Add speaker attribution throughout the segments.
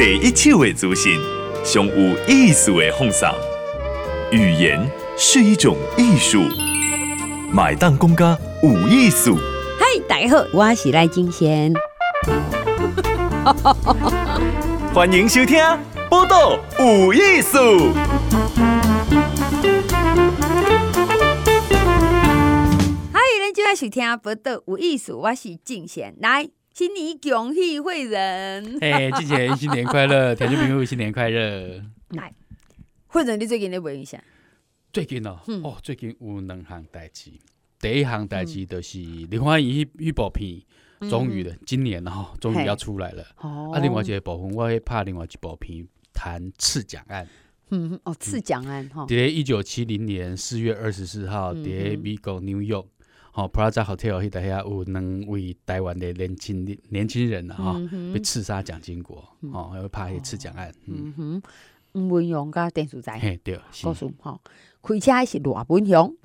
Speaker 1: 第一手的资讯，上有意思的放送。语言是一种艺术，买当公家有艺术。
Speaker 2: 嗨，大家好，我是赖金贤。
Speaker 1: 欢迎收听《报道有艺术》。
Speaker 2: 嗨，咱今仔收听《报道有艺术》，我是金贤。来，新年恭喜会人！
Speaker 3: 嘿，金贤新年快乐，听众朋友新年快乐。
Speaker 2: 来，会人你最近咧卖影啥？
Speaker 3: 最近最近有两项代志。第一项代志就是林怀怡迄部片，终于了，今年终于要出来了。另外一个部分，我会拍另外一部片，谈刺蒋案。
Speaker 2: 刺蒋案哈。
Speaker 3: 在1970年4月24号，在美国纽约，Plaza Hotel 迄搭遐有2位台湾的年轻人被刺杀蒋经国，会拍迄刺蒋案。
Speaker 2: 吴文勇甲电视台，
Speaker 3: 嘿对，
Speaker 2: 告诉开车是罗文雄，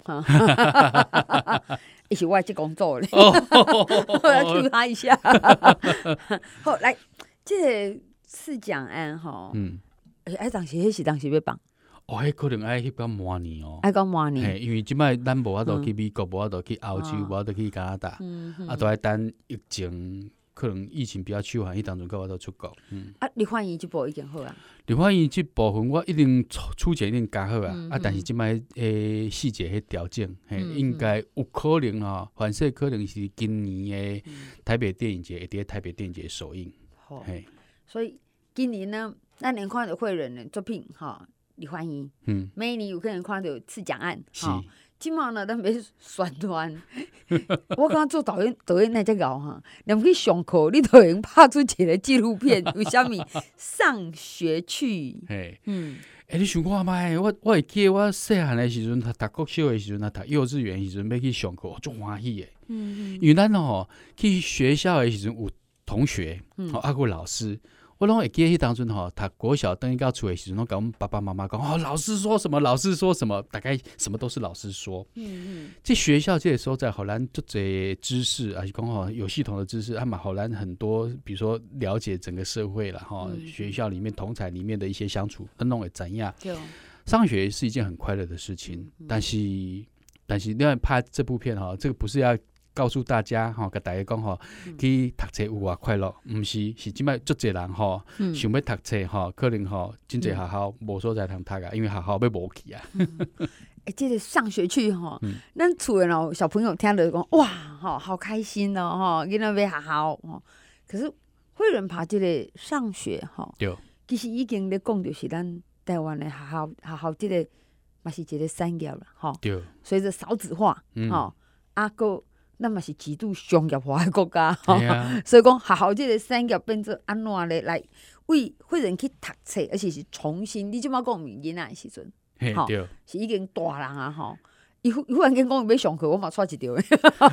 Speaker 2: 伊是我的职工组的，我要 Q 他一下。好，来，这个刺蒋案当时要放。
Speaker 3: 迄可能爱翕到明年
Speaker 2: 爱到明年，
Speaker 3: 因为即摆咱无法度去美国，无法度去欧洲，无法度去加拿大，都爱等疫情，可能疫情比较趋缓，迄当中才有法度出国。
Speaker 2: 你欢迎这部已经好啊？
Speaker 3: 你欢迎这部分，我一定初剪一定加好啊！但是即摆细节迄调整，应该有可能反正可能是今年的台北电影节会伫台北电影节首映。
Speaker 2: 所以今年呢，咱能看到会人的作品李焕英，每年有可能看到刺蒋案，今嘛呢，咱要宣传。我刚刚做导演那只搞你们去上课，你都能拍出一个纪录片，有啥物上学去？
Speaker 3: 你想看卖？我会记得我细汉的时阵，读国小的时阵，读幼稚园的时阵，要去上课，足欢喜的。因为咱去学校的时阵有同学，有老师。我拢会记得迄当阵读国小等于到厝的时阵，拢甲阮爸爸妈妈讲老师说什么，老师说什么，大概什么都是老师说。这学校这个所在，互咱足侪知识，还是讲有系统的知识，嘛互咱很多，比如说了解整个社会啦，学校里面同侪里面的一些相处，咱拢会知影。上学是一件很快乐的事情，但是另外拍这部片这个不是要告诉大家跟大家讲去读册有偌快乐，毋是即摆足侪人想要读册可能真侪学校无所在通读啊，因为学校要无去啊。
Speaker 2: 这个上学去咱厝的小朋友听到讲哇好开心哦囡仔要学校可是会人拍这个上学其实已经咧讲就是咱台湾的学校这个嘛是一个产业啦对，随着少子化个咱嘛是极度商业化的国家所以讲学校这个产业变做安怎咧来为会人去读册，而且是重新。你即摆讲囡仔的时阵，是已经大人啊伊忽然间讲伊要上课，我嘛带一条的。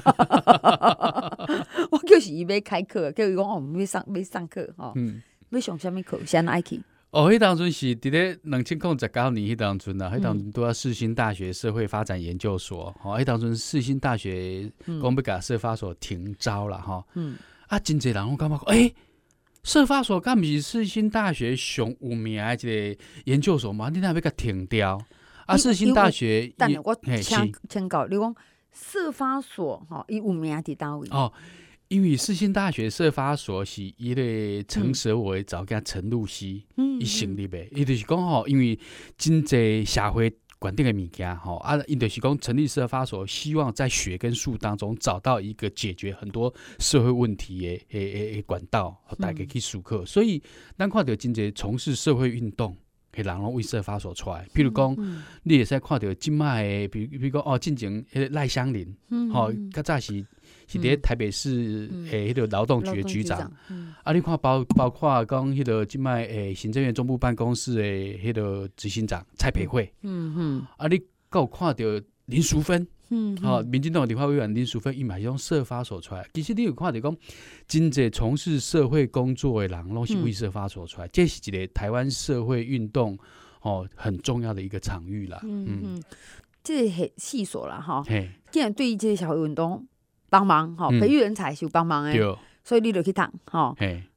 Speaker 2: 我就是伊要开课，叫伊讲要上课要上啥物课，谁爱去？
Speaker 3: 迄当阵是伫咧2019年迄当阵迄当阵拄啊世新大学社会发展研究所，迄当阵世新大学讲要甲社发所停招啦，真侪人拢感觉讲，社发所敢毋是世新大学上有名的一个研究所嘛？你哪要甲停掉？世新大学，
Speaker 2: 等下我请教你讲，社发所伊有名伫倒位？
Speaker 3: 因为世新大学社发所是伊个陈舍伟找甲陈露西伊成立的，伊就是讲因为真侪社会管定的物件伊就是讲成立社发所，希望在学跟术当中找到一个解决很多社会问题的管道，大家去思考。所以咱看到真侪从事社会运动的人拢为社发所出来，譬如讲，你会使看到今摆的，比如讲进前赖香林，较早是伫台北市迄个劳动局的局长，你看包括讲迄个即摆行政院中部办公室的迄个执行长蔡培慧，你有看到林淑芬，民进党的立法委员林淑芬，伊嘛是用社发所出来。其实你有看到讲，真侪从事社会工作的人，拢是为社发所出来，这是一个台湾社会运动很重要的一个场域啦。
Speaker 2: 这是细说啦既然对这个社会运动帮忙培育人才是有帮忙的，所以你就去读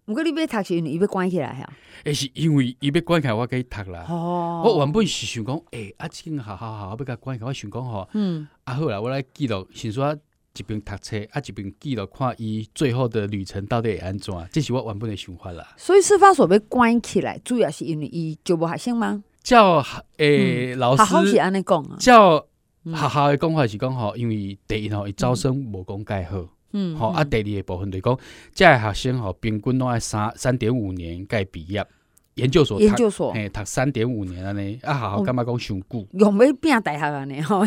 Speaker 2: 毋过你要读是因为伊要关起来啊？
Speaker 3: 是因为伊要关起来，我给伊读啦。
Speaker 2: 哦，
Speaker 3: 我原本是想讲，这间好，要甲关起来，我想讲吼，好啦，我来记录，先说一边读册，一边记录看伊最后的旅程到底会安怎，这是我原本的想法啦。
Speaker 2: 所以社发所要关起来，主要是因为伊就无学生吗？
Speaker 3: 叫老师，
Speaker 2: 学校是安尼讲啊。
Speaker 3: 叫学校的讲法是讲吼，因为第一吼，伊招生无讲介好。第二个部分就是讲，这个学生平均拢爱3.5年该毕业，研究所读3.5年安尼，学校感觉讲伤久，
Speaker 2: 用要拼大学安尼读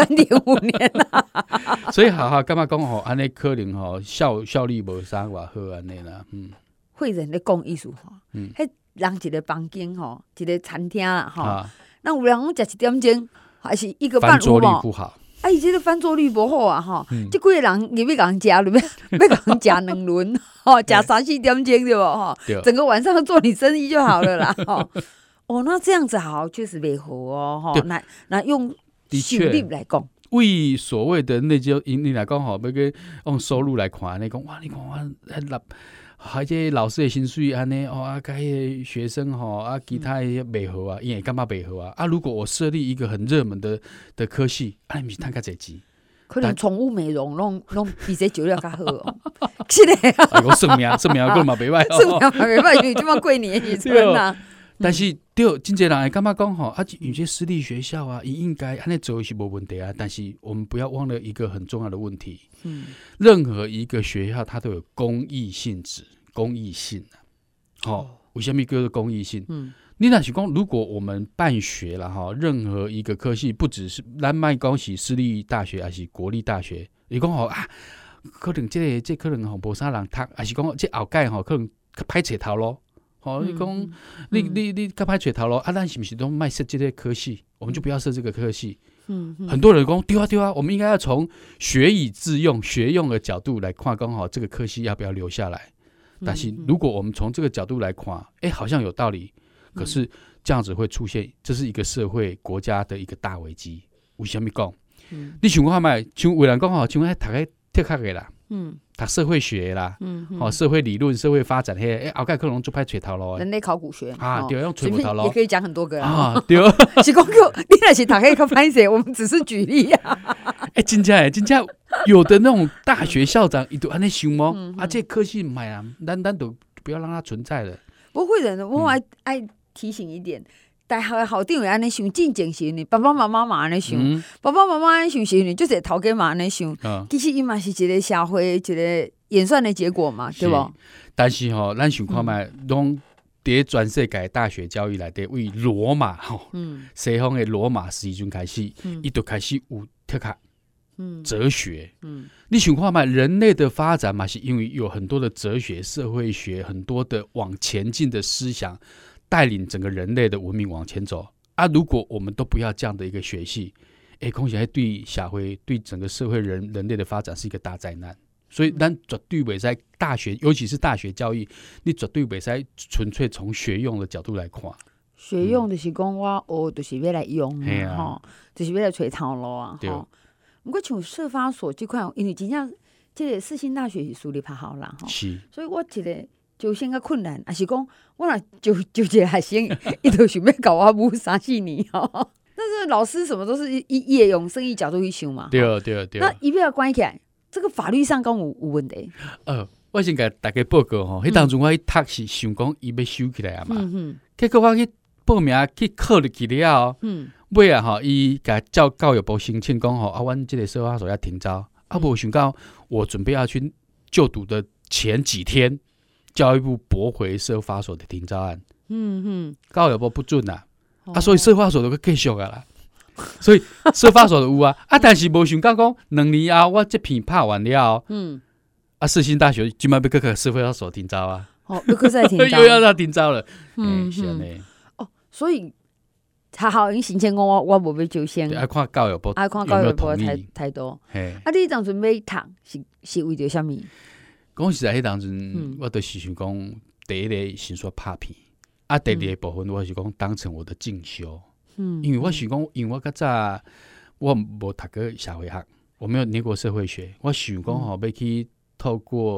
Speaker 2: 3.5年啦。
Speaker 3: 所以学校感觉讲安尼可能效率无啥偌好安尼啦。
Speaker 2: 会人咧讲意思迄人一个房间一个餐厅啦那有人讲食1点钟，还是1个半
Speaker 3: 翻桌率不好。
Speaker 2: 伊这个翻桌率无好啊这几个人入要甲人食，要甲人食2轮食3-4点钟对不整个晚上做你生意就好了啦那这样子好确实袂好那用收入来讲，
Speaker 3: 为所谓的那就你来讲要去用收入来看，你讲哇，你看我这老师的薪水安尼甲迄个学生其他的袂好啊，因为感觉袂好啊。如果我设立一个很热门的科系，你不是赚较侪钱？
Speaker 2: 可能宠物美容弄比这酒量较好是的
Speaker 3: 我算命个嘛袂歹
Speaker 2: 算命嘛袂歹，因为即马过年的时阵啊。
Speaker 3: 但是对，真侪人会感觉讲有些私立学校伊应该安尼做是无问题啊。但是我们不要忘了一个很重要的问题，任何一个学校它都有公益性质、公益性为什么叫做公益性？你若是讲，如果我们办学啦任何一个科系，不只是咱莫讲是私立大学还是国立大学，你讲可能这可能无啥人读，还是讲这后届可能歹找头咯。你讲你较歹找头咯咱是不是都卖设这个科系？我们就不要设这个科系。很多人讲对啊，我们应该要从学以致用、学用的角度来看，讲这个科系要不要留下来。但是如果我们从这个角度来看，好像有道理，可是这样子会出现，这是一个社会国家的一个大危机。为什么讲？你想看卖，像有人讲像读个特科的啦。读社会学啦，社会理论、社会发展后盖可能就歹找头路。
Speaker 2: 人类考古学
Speaker 3: 对，用找头路
Speaker 2: 也可以讲很多个
Speaker 3: 对。
Speaker 2: 是讲你若是读迄个歹势，我们只是举例
Speaker 3: 真正有的那种大学校长，伊都安尼想吗？这科系唔系啊，咱都不要让它存在了。
Speaker 2: 不会的，我爱提醒一点。大学的校长会安尼想，进前是爸爸妈妈嘛安尼想，爸爸妈妈安尼想是就是头家嘛安尼想，其实伊嘛是一个社会一个演算的结果嘛，对不？
Speaker 3: 但是咱想看卖，拢伫全世界大学教育内底，为罗马西方的罗马时阵开始，伊就开始有特课哲学。你想看卖，人类的发展嘛，是因为有很多的哲学、社会学，很多的往前进的思想。带领整个人类的文明往前走如果我们都不要这样的一个学系，恐怕对社会、对整个社会人类的发展是一个大灾难。所以咱绝对不可以在大学，尤其是大学教育，你绝对不可以纯粹从学用的角度来看。
Speaker 2: 学用就是讲我学就是要来用就是要来找头路啊。不过像社发所这块，因为真正这个世新大学是私立较好啦
Speaker 3: 是，
Speaker 2: 所以我一个就先较困难，还是讲我若就一个学生，伊就想要搞我母3-4年但是老师什么都是以用生意角度去想嘛。
Speaker 3: 对。
Speaker 2: 那伊要关起来，这个法律上讲有问题。
Speaker 3: 我先给大家报告迄当中我去读是想讲伊要收起来啊嘛。结果我去报名去考入去了尾伊甲教育部申请讲阮这个社发所要停招无想到我准备要去就读的前几天。教育部驳回社发所的停招案，教育部不准所以社发所就继续啦。所以社发所就有但是无想到讲2年后我这片拍完了世新大学今摆要去社发所停招
Speaker 2: 又再停招，
Speaker 3: 又要停招了。是安尼。
Speaker 2: 所以学校已经申请讲我无要招生，
Speaker 3: 要看教育部，
Speaker 2: 要看教育部的态度。你当阵要读是为着什么？
Speaker 3: 讲实在，迄当阵我就是想讲，第一个先说拍片，第二个部分我是讲当成我的进修。因为我想讲，因为我较早我无读过社会学，我没有念过社会学，我想讲要去透过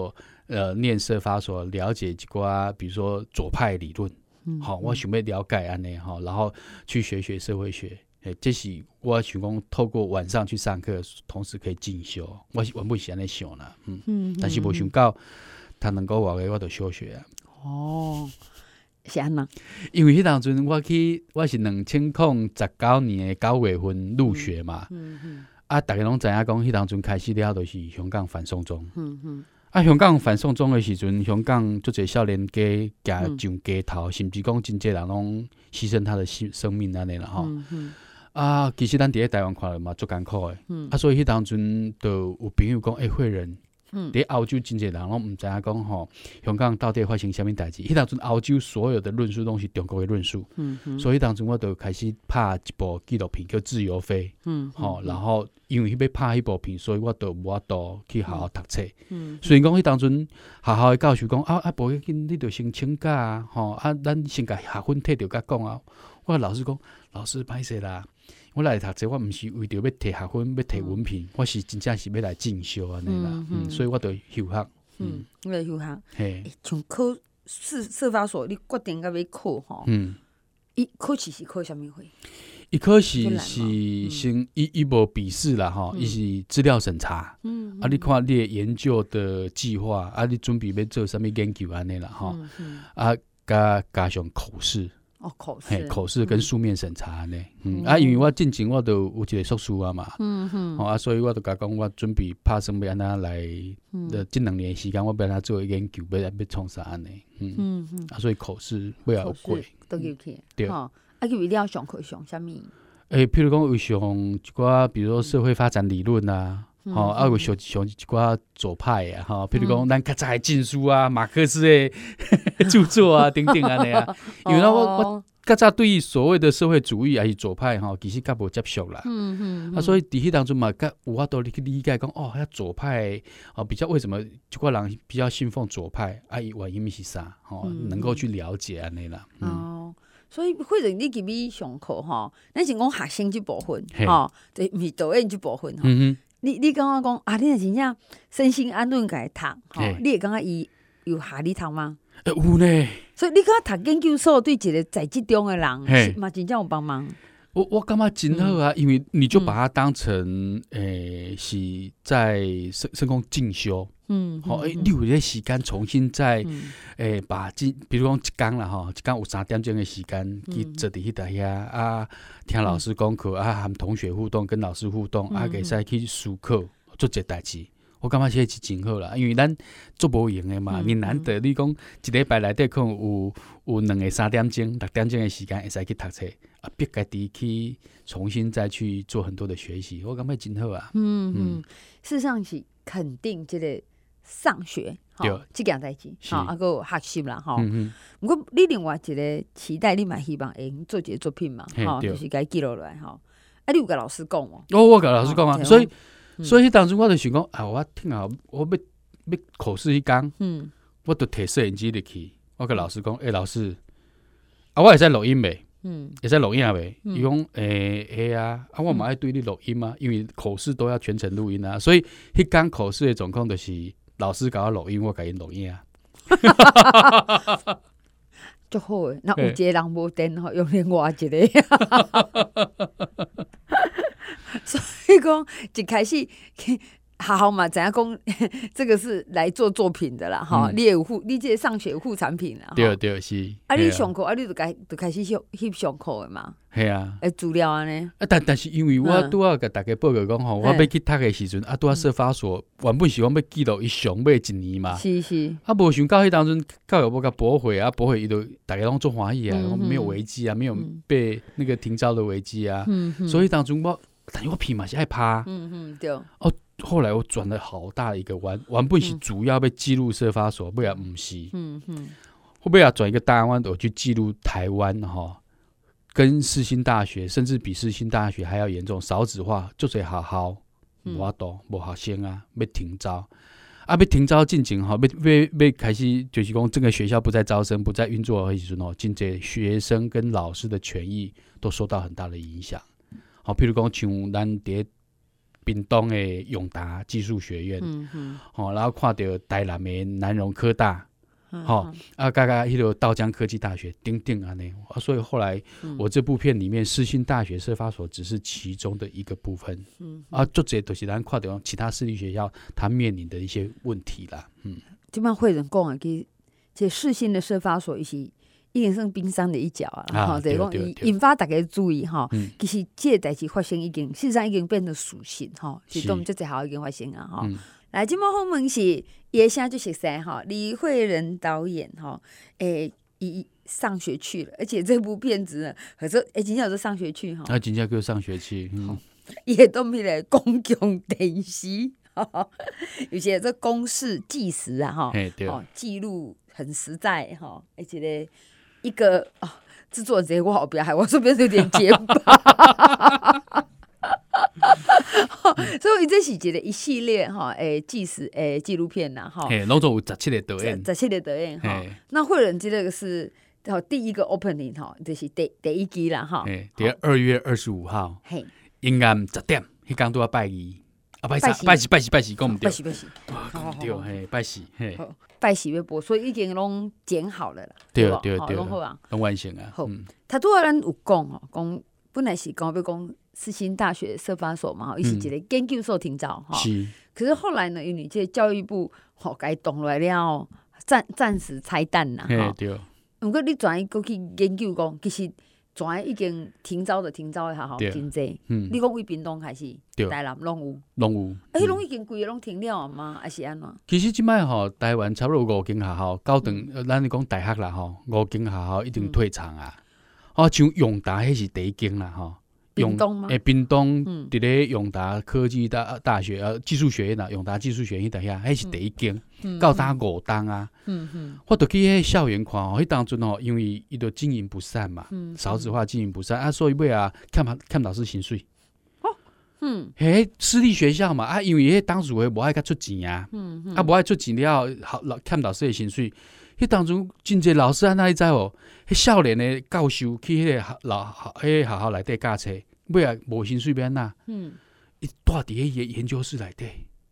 Speaker 3: 念社发所，了解一寡比如说左派理论，我想要了解安尼然后去学社会学。这是我想讲，透过晚上去上课，同时可以进修。我原本是安尼想啦，但是无想到，他能够外个我就休学啊。
Speaker 2: 哦，是安那？
Speaker 3: 因为迄当阵我是2019年的9月份入学嘛，大家拢知影讲，迄当阵开始了，就是香港反送中。香港反送中的时阵，香港足侪少年家行上街头，甚至讲真侪人拢牺牲他的生命安尼啦吼。其实咱伫咧台湾看了嘛，足艰苦的。所以迄当阵就有朋友讲，惠仁，伫澳洲真侪人拢毋知影讲吼，香港到底发生啥物代志？迄当阵澳洲所有的论述拢是中国的论述，所以当阵我就开始拍一部纪录片叫《自由飞》，然后因为要拍迄部片，所以我就无法度去好好读册。虽然讲迄当阵学校的教授讲无要紧，你就先请假咱先甲学分摕着甲讲啊。我老师讲，老师歹势啦。我来读册，我毋是为着要摕学分、要摕文凭，我是真正是要来进修安尼啦。所以我就休学。
Speaker 2: 我来休学。像考社发所，你决定要考吼。伊考试是考啥物货？
Speaker 3: 伊考试是先伊无笔试啦吼，伊是资料审查。你看你的研究的计划，你准备要做啥物研究安尼啦吼。加上口试。口试跟书面审查呢，因为我进前我都有一个硕士啊嘛，所以我就讲我准备拍算要安那来这2年的时间，我要安那做研究，要创啥安尼，所以口试尾也有过，
Speaker 2: 都入去，
Speaker 3: 对，
Speaker 2: 入去了上课上啥物？
Speaker 3: 譬如讲有上一寡，比如说社会发展理论啊。有上一寡左派啊，譬如讲咱较早的禁书啊、马克思的著作啊等等安尼啊，因为我较早对所谓的社会主义还是左派其实较无接受啦。所以伫迄当中嘛，有法度去理解讲遐左派比较为什么一寡人比较信奉左派伊原因是啥能够去了解安尼啦。
Speaker 2: 所以或者你入去上课咱是讲学生这部分就毋是导演这部分你感觉讲你若真正身心安顿家读你会感觉伊有合你读吗？
Speaker 3: 有呢。所
Speaker 2: 以你感觉读研究所对一个在职中的人嘛真正有帮忙？
Speaker 3: 我感觉真好啊，因为你就把它当成是在升空进修。你有迄个时间重新再把比如讲一天啦一天有3点钟的时间去坐伫迄搭遐听老师讲课和同学互动，跟老师互动可以使去思考做一个代志。我感觉这是真好啦，因为咱做无用的嘛，你难得你讲一礼拜内底可能有2个3点钟、6点钟的时间会使去读册逼家己去重新再去做很多的学习，我感觉真好啊。
Speaker 2: 事实上是肯定这个上学这件代志还有学习啦不过你另外一个期待，你嘛希望会做一个作品嘛就是该记录落来你有甲老师讲吗？
Speaker 3: 我甲老师讲啊，所以当初我就想讲我听好，我要考试迄天我就摕摄影机入去，我甲老师讲老师我会使录音袂？会使录音袂？伊讲会啊，我嘛爱对你录音啊，因为口试都要全程录音啊，所以迄天口试的状况就是老师甲我录音，我甲因录音啊。
Speaker 2: 足好诶，那有一个人无电用另外一个。所以讲一开始学校嘛知影讲这个是来做作品的啦你有你这上学有副产品啦
Speaker 3: 对是
Speaker 2: 你上课你就开始翕上课的嘛资料安尼
Speaker 3: 但是因为我拄仔甲大家报告讲我要去读的时阵拄仔社发所原本是讲要记录伊上尾1年嘛
Speaker 2: 是
Speaker 3: 无想到迄当中教育部甲驳回驳回伊就大家拢做欢喜没有危机没有被那个停招的危机所以当中但是我片嘛是爱拍
Speaker 2: 对
Speaker 3: 后来我转了好大一个弯，原本是主要被记录社发所，尾也不是。后尾也转一个大弯，我去记录台湾跟世新大学，甚至比世新大学还要严重，少子化，就侪学校无法度，无学生要停招要停招进前要开始就是讲这个学校不再招生，不再运作的时阵真侪学生跟老师的权益都受到很大的影响。譬如讲像咱伫屏东的永达技术学院，然后看到台南的南荣科大。啊，刚刚迄个稻江科技大学等等啊呢，所以后来我这部片里面世新大学社发所只是其中的一个部分，就这都是咱看到其他私立学校它面临的一些问题啦。
Speaker 2: 这摆会人讲啊，这世新的社发所伊是已经算冰山的一角啊，就是讲引发大家注意哈。其实这个代志发生事实上已经变成事实哈，是都这好已经发生啊哈。来，这摆访问是伊的声就熟悉哈，李惠仁导演哈，伊上学去了，而且这部片子呢，真正有上学去哈，
Speaker 3: 真正叫上学去，
Speaker 2: 伊会当迄个公共电视，有些这公视纪实啊哈，记录很实在哈，而且一个制作人我好不要害我是不是有点结巴？所以这是一系列纪实纪录片呐哈，
Speaker 3: 拢总有17个导演
Speaker 2: ，17个导演哈。那惠仁这个是第一个 opening 哈，就是第一集啦哈。
Speaker 3: 伫2月25号，阴暗10点，迄天都要拜二，拜四，讲唔对，对，拜四，
Speaker 2: 拜四要播，所以已经拢剪好了啦，
Speaker 3: 对，
Speaker 2: 拢好啊，
Speaker 3: 拢完成啊。
Speaker 2: 好，他拄仔咱有讲本来是讲要讲世新大学社发所嘛，伊是一个研究所停招哈。可是后来呢，因为这教育部改动来了，暂时拆弹啦哈。不过你转过去研究讲，其实转已经停招的学校真济。你讲为屏东开始，台南拢有。拢已经规个拢停了吗？还是安怎？
Speaker 3: 其实即摆台湾差不多5间学校，高等咱讲大学啦5间学校已经退场啊。像永达迄是第一间啦
Speaker 2: 屏东吗？
Speaker 3: 屏东伫咧永达科技大学技术学院啦，永达技术学院底下，迄是第一间，到打5档啊。我就去迄校园看迄当阵因为伊就经营不善嘛，少子化经营不善所以尾欠老师薪水。迄私立学校嘛因为迄当时无爱甲出钱啊，无爱出钱了欠老师的薪水。迄当中真侪老师安怎知无？迄少年的教授去迄个学校内底教册，尾啊无薪水要安怎？伊住伫迄研究室内底。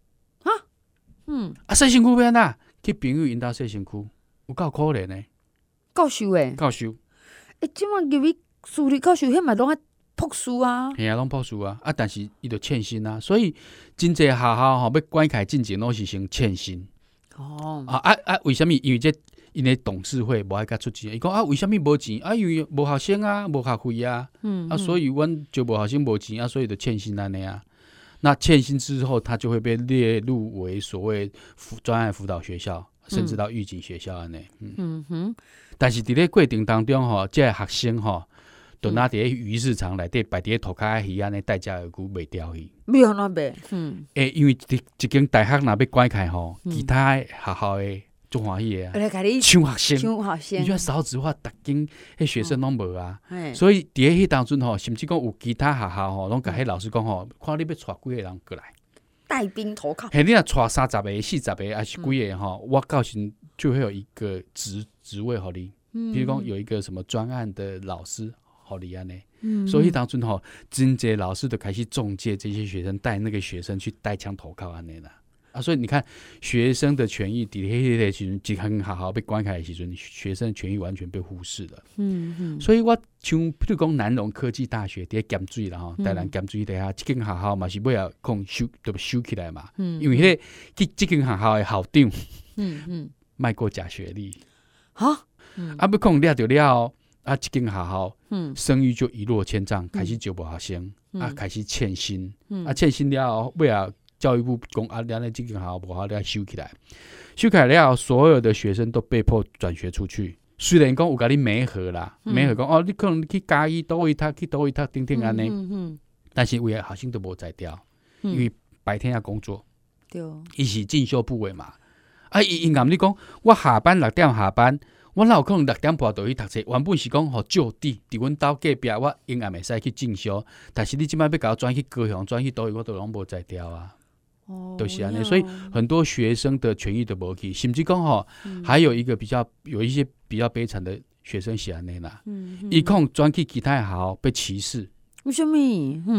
Speaker 3: 洗身躯要安怎？去朋友因兜洗身躯，有够可怜的。
Speaker 2: 教授诶，即摆入去私立教授，迄嘛拢啊朴素啊。
Speaker 3: 拢朴素啊！但是伊就欠薪啊，所以真侪学校要关开进前，拢是先欠薪。为什么？因为因的董事会无爱甲出钱，伊讲为什么无钱？因为无学生啊，无学费啊，所以阮就无学生无钱所以就欠薪安尼啊。那欠薪之后，他就会被列入为所谓专案辅导学校，甚至到预警学校安尼。但是伫咧过程当中这学生就拿伫咧鱼市场内底摆伫咧涂骹鱼安尼待价而沽卖掉去。
Speaker 2: 要安怎卖？
Speaker 3: 因为一间大学若要关开其他的学校的足欢喜的抢学生，你看少子化，逐间迄学生拢无啊。所以伫迄当阵甚至讲有其他学校拢甲迄老师讲看你要带几个人过来，
Speaker 2: 带兵投靠。
Speaker 3: 你若带30个、40个，还是几个我到时就会有一个职位互你，比如讲有一个什么专案的老师互你安尼。所以当阵真侪老师就开始中介这些学生，带那个学生去带枪投靠安尼啦。所以你看，学生的权益，伫迄个时阵，一间学校被关开的时阵，学生的权益完全被忽视了。所以我像譬如讲南荣科技大学伫咧咸水啦台南咸水底下，这间学校嘛是尾啊就收起来嘛。因为这间学校的校长，卖过假学历。要讲掠着了这间学校，声誉就一落千丈，开始招无学生，开始欠薪，欠薪了尾啊。教育部讲咱的这间学校无好，了收起来了，所有的学生都被迫转学出去。虽然讲有甲你媒合啦，媒合讲你可能去嘉义倒位读，去倒位读，等等安尼。但是有的学生都无在调，因为白天要工作，伊是进修部的嘛。伊因暗你讲，我下班6点下班，我哪有可能6点半就去读册？原本是讲就地伫阮兜隔壁，我因暗会使去进修，但是你即摆要甲我转去高雄，转去倒位，我都拢无在调啊。就是安尼，所以很多学生的权益都无去，甚至讲还有一些比较悲惨的学生是安尼啦，伊可能转去其他学校被歧视。
Speaker 2: 为什么？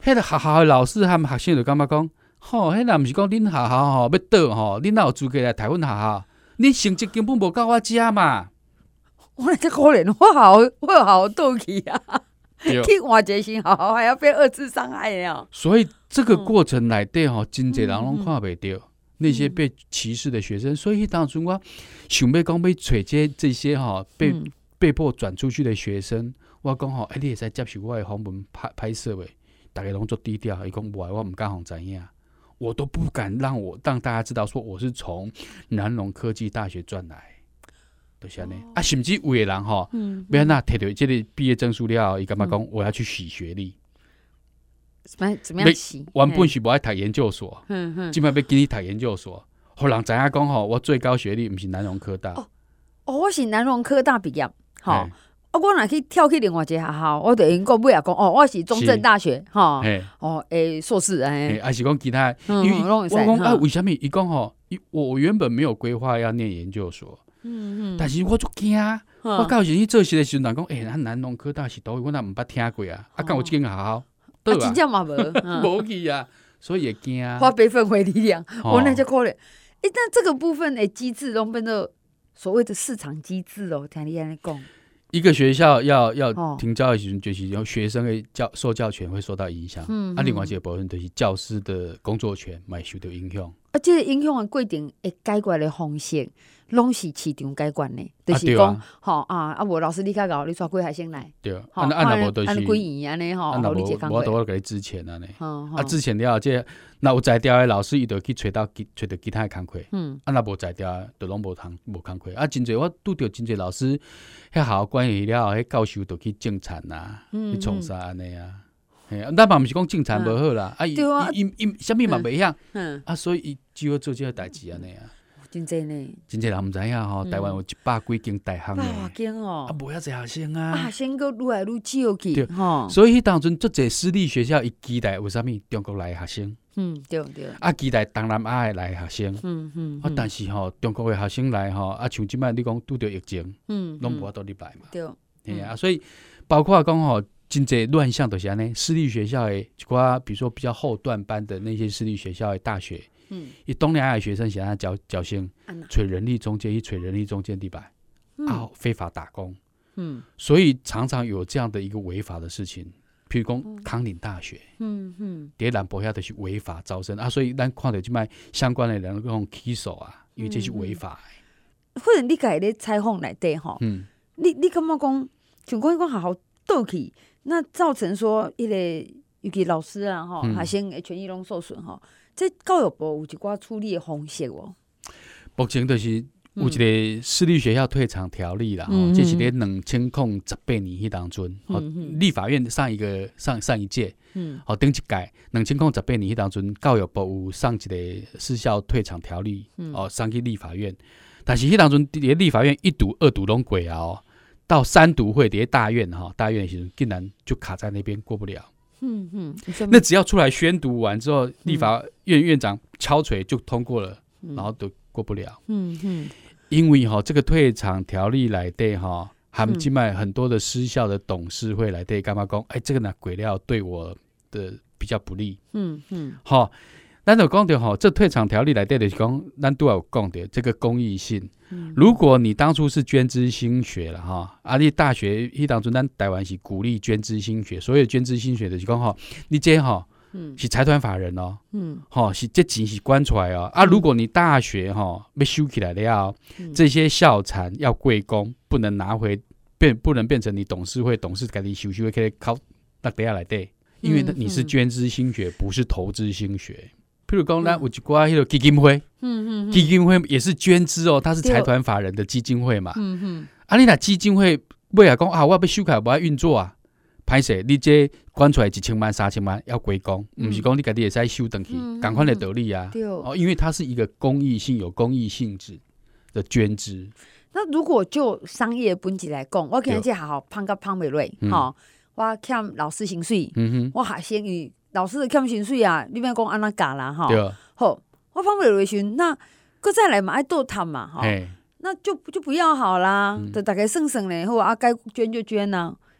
Speaker 3: 迄个学校的老师和学生就感觉讲，吼，迄若毋是讲恁学校吼要倒吼，恁哪有资格来抬阮学校？恁成绩根本无到我遮嘛。
Speaker 2: 我那这可怜，我好倒去啊，去换一个新学校还要被二次伤害了。
Speaker 3: 所以这个过程内底吼，真侪人拢看袂到。那些被歧视的学生，所以当初我想要讲要找这些被迫转出去的学生，我讲你会使接受我的访问拍摄的，大家拢做低调，伊讲我唔敢让知影，我都不敢让大家知道说我是从南农科技大学转来，就是安尼甚至有的人要安那摕到这个毕业证书了，伊感觉讲我要去洗学历。
Speaker 2: 怎么样洗？
Speaker 3: 原本是无爱读研究所，现在要紧去读研究所，互人知影讲我最高学历不是南农科大。
Speaker 2: 我是南农科大毕业，我若去跳去另外一个学校，我就因讲尾也讲我是中正大学，硕士
Speaker 3: 还是讲其他，因为我讲为什么？伊讲我原本没有规划要念研究所，但是我就惊，我到时去做事的时候，人讲咱南农科大是倒位，我若毋捌听过啊，敢有这间学校？
Speaker 2: 真正嘛
Speaker 3: 无去啊，所以会惊。
Speaker 2: 花悲愤为力量，我那就可怜。但这个部分的机制都变成所谓的市场机制哦，听你安尼讲。
Speaker 3: 一个学校要停教的时候，就是有学生的受教权会受到影响，另外一个部分就是教师的工作权也受到影响。
Speaker 2: 这个影响的规定会解决的方式，拢是市场解决的，就是讲，无老师你较高，你带几学生来，
Speaker 3: 对，若无就是
Speaker 2: 几元安尼互你一工
Speaker 3: 课，我给你之前安尼，之前了这那有才调的老师，伊就去找到其他的工课，若无才调，就拢无工课。真侪我拄着真侪老师，迄校关系了，迄教授就去种田啊，去创啥安尼啊。咱嘛毋是讲种田无好啦，伊啥物嘛袂晓，所以伊只好做这个代志安尼啊。
Speaker 2: 真侪呢，
Speaker 3: 真侪人毋知影台湾有100几间大学呢，无遐侪学生啊，
Speaker 2: 学生佫愈来愈少去，
Speaker 3: 所以迄当阵足侪私立学校伊期待有啥物中国来的学生，
Speaker 2: 对，
Speaker 3: 期待东南亚的来的学生，但是中国的学生来像即摆你讲拄着疫情，拢无法度入来嘛，对，所以包括讲真侪乱象就是安尼，私立学校的一寡，比如说比较后段班的那些私立学校的大学。伊东南亚的学生是安怎招生，找人力中介入来，非法打工，所以常常有这样的一个违法的事情，譬如讲康岭大学，在南部遐就是违法招生所以咱看到即摆相关的人用起诉啊，因为这是违法的。
Speaker 2: 或者你家咧采访内底你感觉讲，像讲学校倒去，那造成说迄个尤其老师啊学生的权益拢受损这教育部有一寡处理的方式
Speaker 3: 目前就是有一个私立学校退场条例啦，这是在2018年迄当中，立法院上一届，顶一届2018年迄当中，教育部有上一个私校退场条例，上去立法院，但是迄当中伫立法院1读2读拢过啊，到3读会伫大院大院的时候，竟然就卡在那边过不了。那只要出来宣读完之后，立法院院长敲锤就通过了，然后都过不了。因为这个退场条例内底他们现在很多的私校的董事会内底干嘛讲？这个呢鬼料对我的比较不利。咱就讲到这退场条例内底就是讲，咱都有讲的这个公益性。如果你当初是捐资兴学了你大学迄当中咱台湾是鼓励捐资兴学，所有捐资兴学就是讲你这是财团法人是这钱是关出来如果你大学要收起来了这些校产要归公，不能拿回不能变成你董事会董事自己收可以靠那底下来对，因为你是捐资兴学，不是投资兴学。譬如讲，咱有一寡迄个基金会，基金会也是捐资它是财团法人的基金会嘛。你若基金会尾讲我要收起来，无爱运作啊，歹势，你这捐出来1000万、3000万要归公，不是讲你家己会使收回去，同款的道理啊。因为它是一个公益性、有公益性质的捐资。
Speaker 2: 那如果就商业本质来讲，我今日这学校芳甲芳袂落，我欠老师薪水，我学生与老师的欠薪水啊，你免讲安怎教啦好，我放袂落的时候，那搁再来嘛爱倒摊嘛那就不要好啦，就大家算算咧，好该捐就捐啊，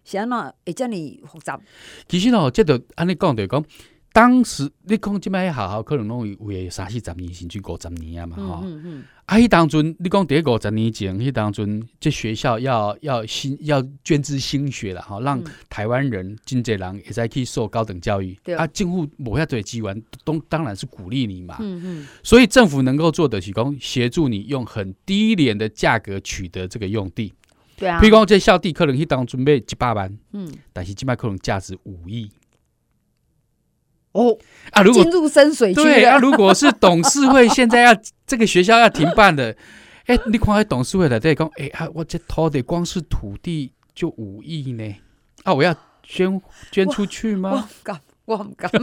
Speaker 2: 是安怎会遮尔复杂？
Speaker 3: 其实这就安尼讲，就是讲。当时你讲即摆学校可能拢有30-40年甚至50年啊嘛吼。迄当阵你讲第50年前，迄当阵这学校要捐资兴学啦吼，让台湾人真侪人会使去受高等教育。政府无遐多资源，当然是鼓励你嘛。所以政府能够做的是讲协助你用很低廉的价格取得这个用地。
Speaker 2: 对啊。
Speaker 3: 譬如讲这校地可能迄当阵要100万，但是即摆可能价值5亿。
Speaker 2: 如果进入深水区
Speaker 3: 对如果是董事会现在要这个学校要停办的，你看喺董事会内底讲，我这土地光是土地就5亿呢，我要捐出去吗？
Speaker 2: 我不敢。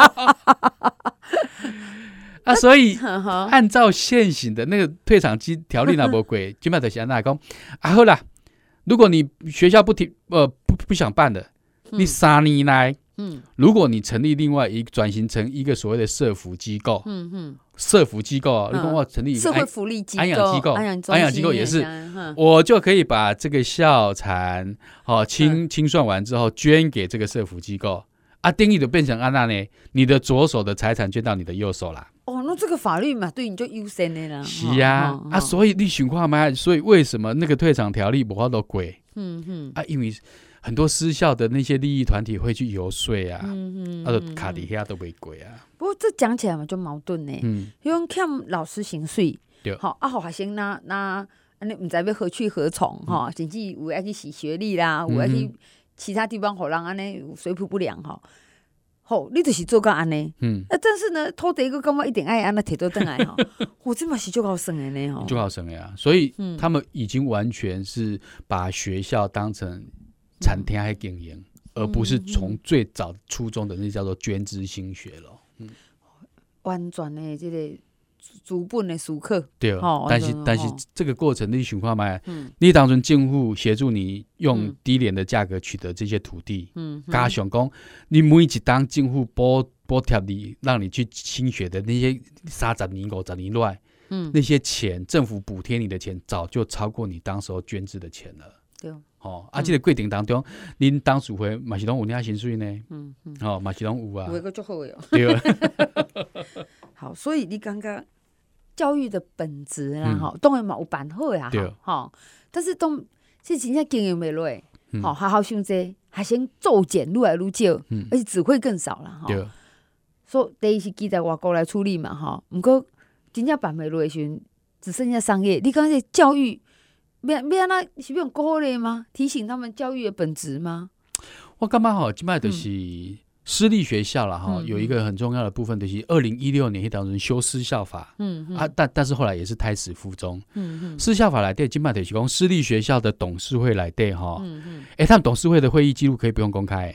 Speaker 3: 所以按照现行的那个退场金条例那无过，今摆就是安那讲，好啦，如果你学校不想办的，你3年来。如果你成立另外转型成一个所谓的社福机构，社福机构，如果我成立一个
Speaker 2: 社会福利机构、
Speaker 3: 安养机构、安养机构也是，我就可以把这个校产清算完之后捐给这个社福机构定义就变成安那呢？你的左手的财产捐到你的右手啦。
Speaker 2: 那这个法律嘛，对你就优先的啦。
Speaker 3: 是啊，所以你想看嘛，所以为什么那个退场条例没法都过？因为。很多私校的那些利益团体会去游说啊，卡底下都违规啊。
Speaker 2: 不过这讲起来嘛就矛盾呢，因为欠老师薪水，好学生那你唔知要何去何从哈，甚至有要去洗学历啦，有要去其他地方互人安尼水土不良哈。好，你就是做到安尼，但是呢，土地个感觉一定爱安那摕倒转来哈，我这嘛是就好省的呢哈，
Speaker 3: 就好省的呀。所以他们已经完全是把学校当成。餐厅来经营，而不是从最早初衷的那叫做捐资兴学了。
Speaker 2: 完全的这个资本的思考。
Speaker 3: 对，但是这个过程你想看嘛？你当初政府协助你用低廉的价格取得这些土地，加上讲你每一档政府补贴你，让你去兴学的那些30年、50年来，那些钱政府补贴你的钱，早就超过你当时候捐资的钱了。
Speaker 2: 对。
Speaker 3: 这个过程当中，恁董事会嘛是拢有领薪水呢，嘛是拢有啊，
Speaker 2: 有个就好的
Speaker 3: 对。
Speaker 2: 好，所以你感觉教育的本质啦，当然嘛有办好呀，但是这真正经营不落，学校伤济，学生骤减愈来愈少，而且只会更少啦，所以第一是期待外国来处理嘛，不过真正办不落的时候，只剩下商业。你感觉教育？要那是用鼓励吗？提醒他们教育的本质吗？
Speaker 3: 我感觉现在就是私立学校啦，有一个很重要的部分就是2016年当中修私校法，但是后来也是胎死腹中。私校法来对，现在就是讲私立学校的董事会来对他们董事会的会议记录可以不用公开。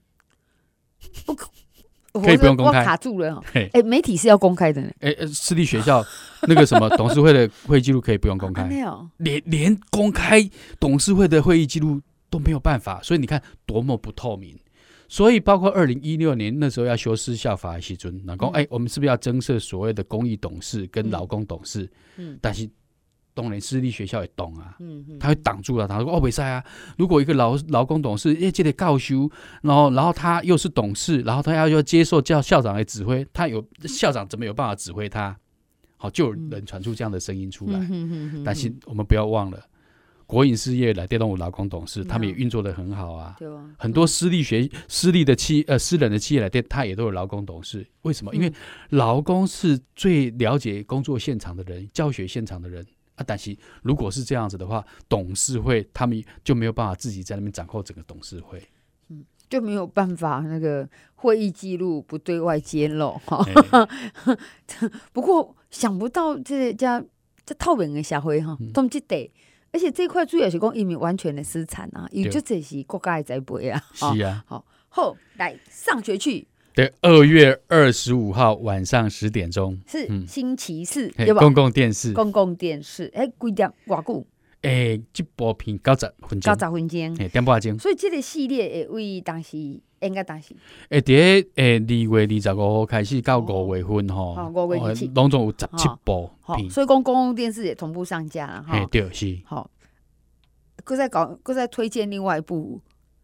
Speaker 3: 可以不用公开，
Speaker 2: 我卡住了。媒体是要公开的呢。
Speaker 3: 私立学校那个什么董事会的会议记录可以不用公开，连公开董事会的会议记录都没有办法，所以你看多么不透明。所以包括2016年那时候要修私校法的时候，那讲我们是不是要增设所谓的公益董事跟劳工董事？但是当然私立学校也懂啊，他会挡住了，他说不可以啊，如果一个劳工董事这个教授，然后他又是董事，然后他要接受校长的指挥，校长怎么有办法指挥他？好，就有人传出这样的声音出来。但是我们不要忘了，国营事业来电动劳工董事，他们也运作得很好啊。很多私人的企业来电，他也都有劳工董事。为什么？因为劳工是最了解工作现场的人，教学现场的人。但是如果是这样子的话，董事会他们就没有办法自己在那边掌控整个董事会，
Speaker 2: 就没有办法那个会议记录不对外揭露。不过想不到这透明的社会都这地，而且这块主要是讲因为完全的私产啊，有就这是国家的栽培啊。
Speaker 3: 是啊，
Speaker 2: 好，来上学去。
Speaker 3: 对，2月25号晚上10点钟
Speaker 2: 是星期四，
Speaker 3: 对吧？公共电视，
Speaker 2: 几点多久？
Speaker 3: 这部片90分钟，1点半钟。
Speaker 2: 所以这个系列会为当时应该当时
Speaker 3: 在2月25号开始到5月份
Speaker 2: 5月17
Speaker 3: 拢总有17部片，
Speaker 2: 所以公共电视也同步上架了
Speaker 3: 对，是。
Speaker 2: 好，再推荐另外一部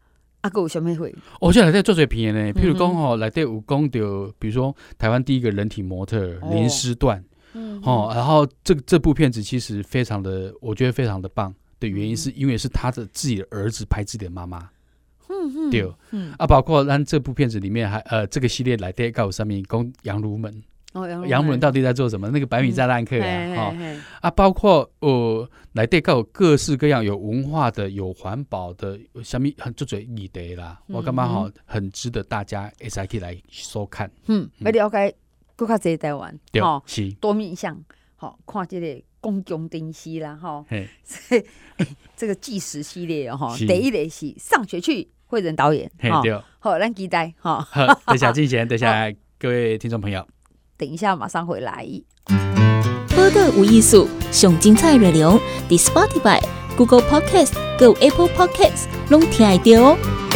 Speaker 2: 啊，还有什么会？
Speaker 3: 我这内底做侪片呢，譬如讲吼，内底有讲到，比如说台湾第一个人体模特林诗段，然后这部片子其实非常的，我觉得非常的棒的原因是因为是他的自己的儿子拍自己的妈妈。对，包括咱这部片子里面还这个系列内底还有上面讲洋奴们。洋人到底在做什么？那个百米炸弹客包括内底还有各式各样有文化的、有环保的，有什么很多议题啦。我感觉很值得大家会使去来收看。
Speaker 2: 要了解更较侪台湾，
Speaker 3: 是
Speaker 2: 多面向，看这个公共电视啦，这个纪实系列第一类是上学去慧仁导演，好，咱期待好，
Speaker 3: 等下进贤，等下各位听众朋友。
Speaker 2: 等一下，马上回来。
Speaker 4: 报道有艺术，上精彩内容，伫 Spotify、Google Podcast、Go Apple Podcast 拢听得到哦。